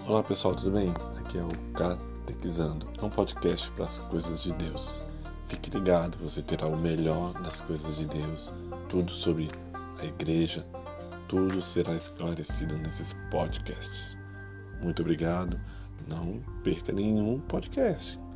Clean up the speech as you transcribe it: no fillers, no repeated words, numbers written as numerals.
Olá pessoal, tudo bem? Aqui é o Catequizando. É um podcast para as coisas de Deus. Fique ligado, você terá o melhor das coisas de Deus. Tudo sobre a igreja, tudo será esclarecido nesses podcasts. Muito obrigado. Não perca nenhum podcast.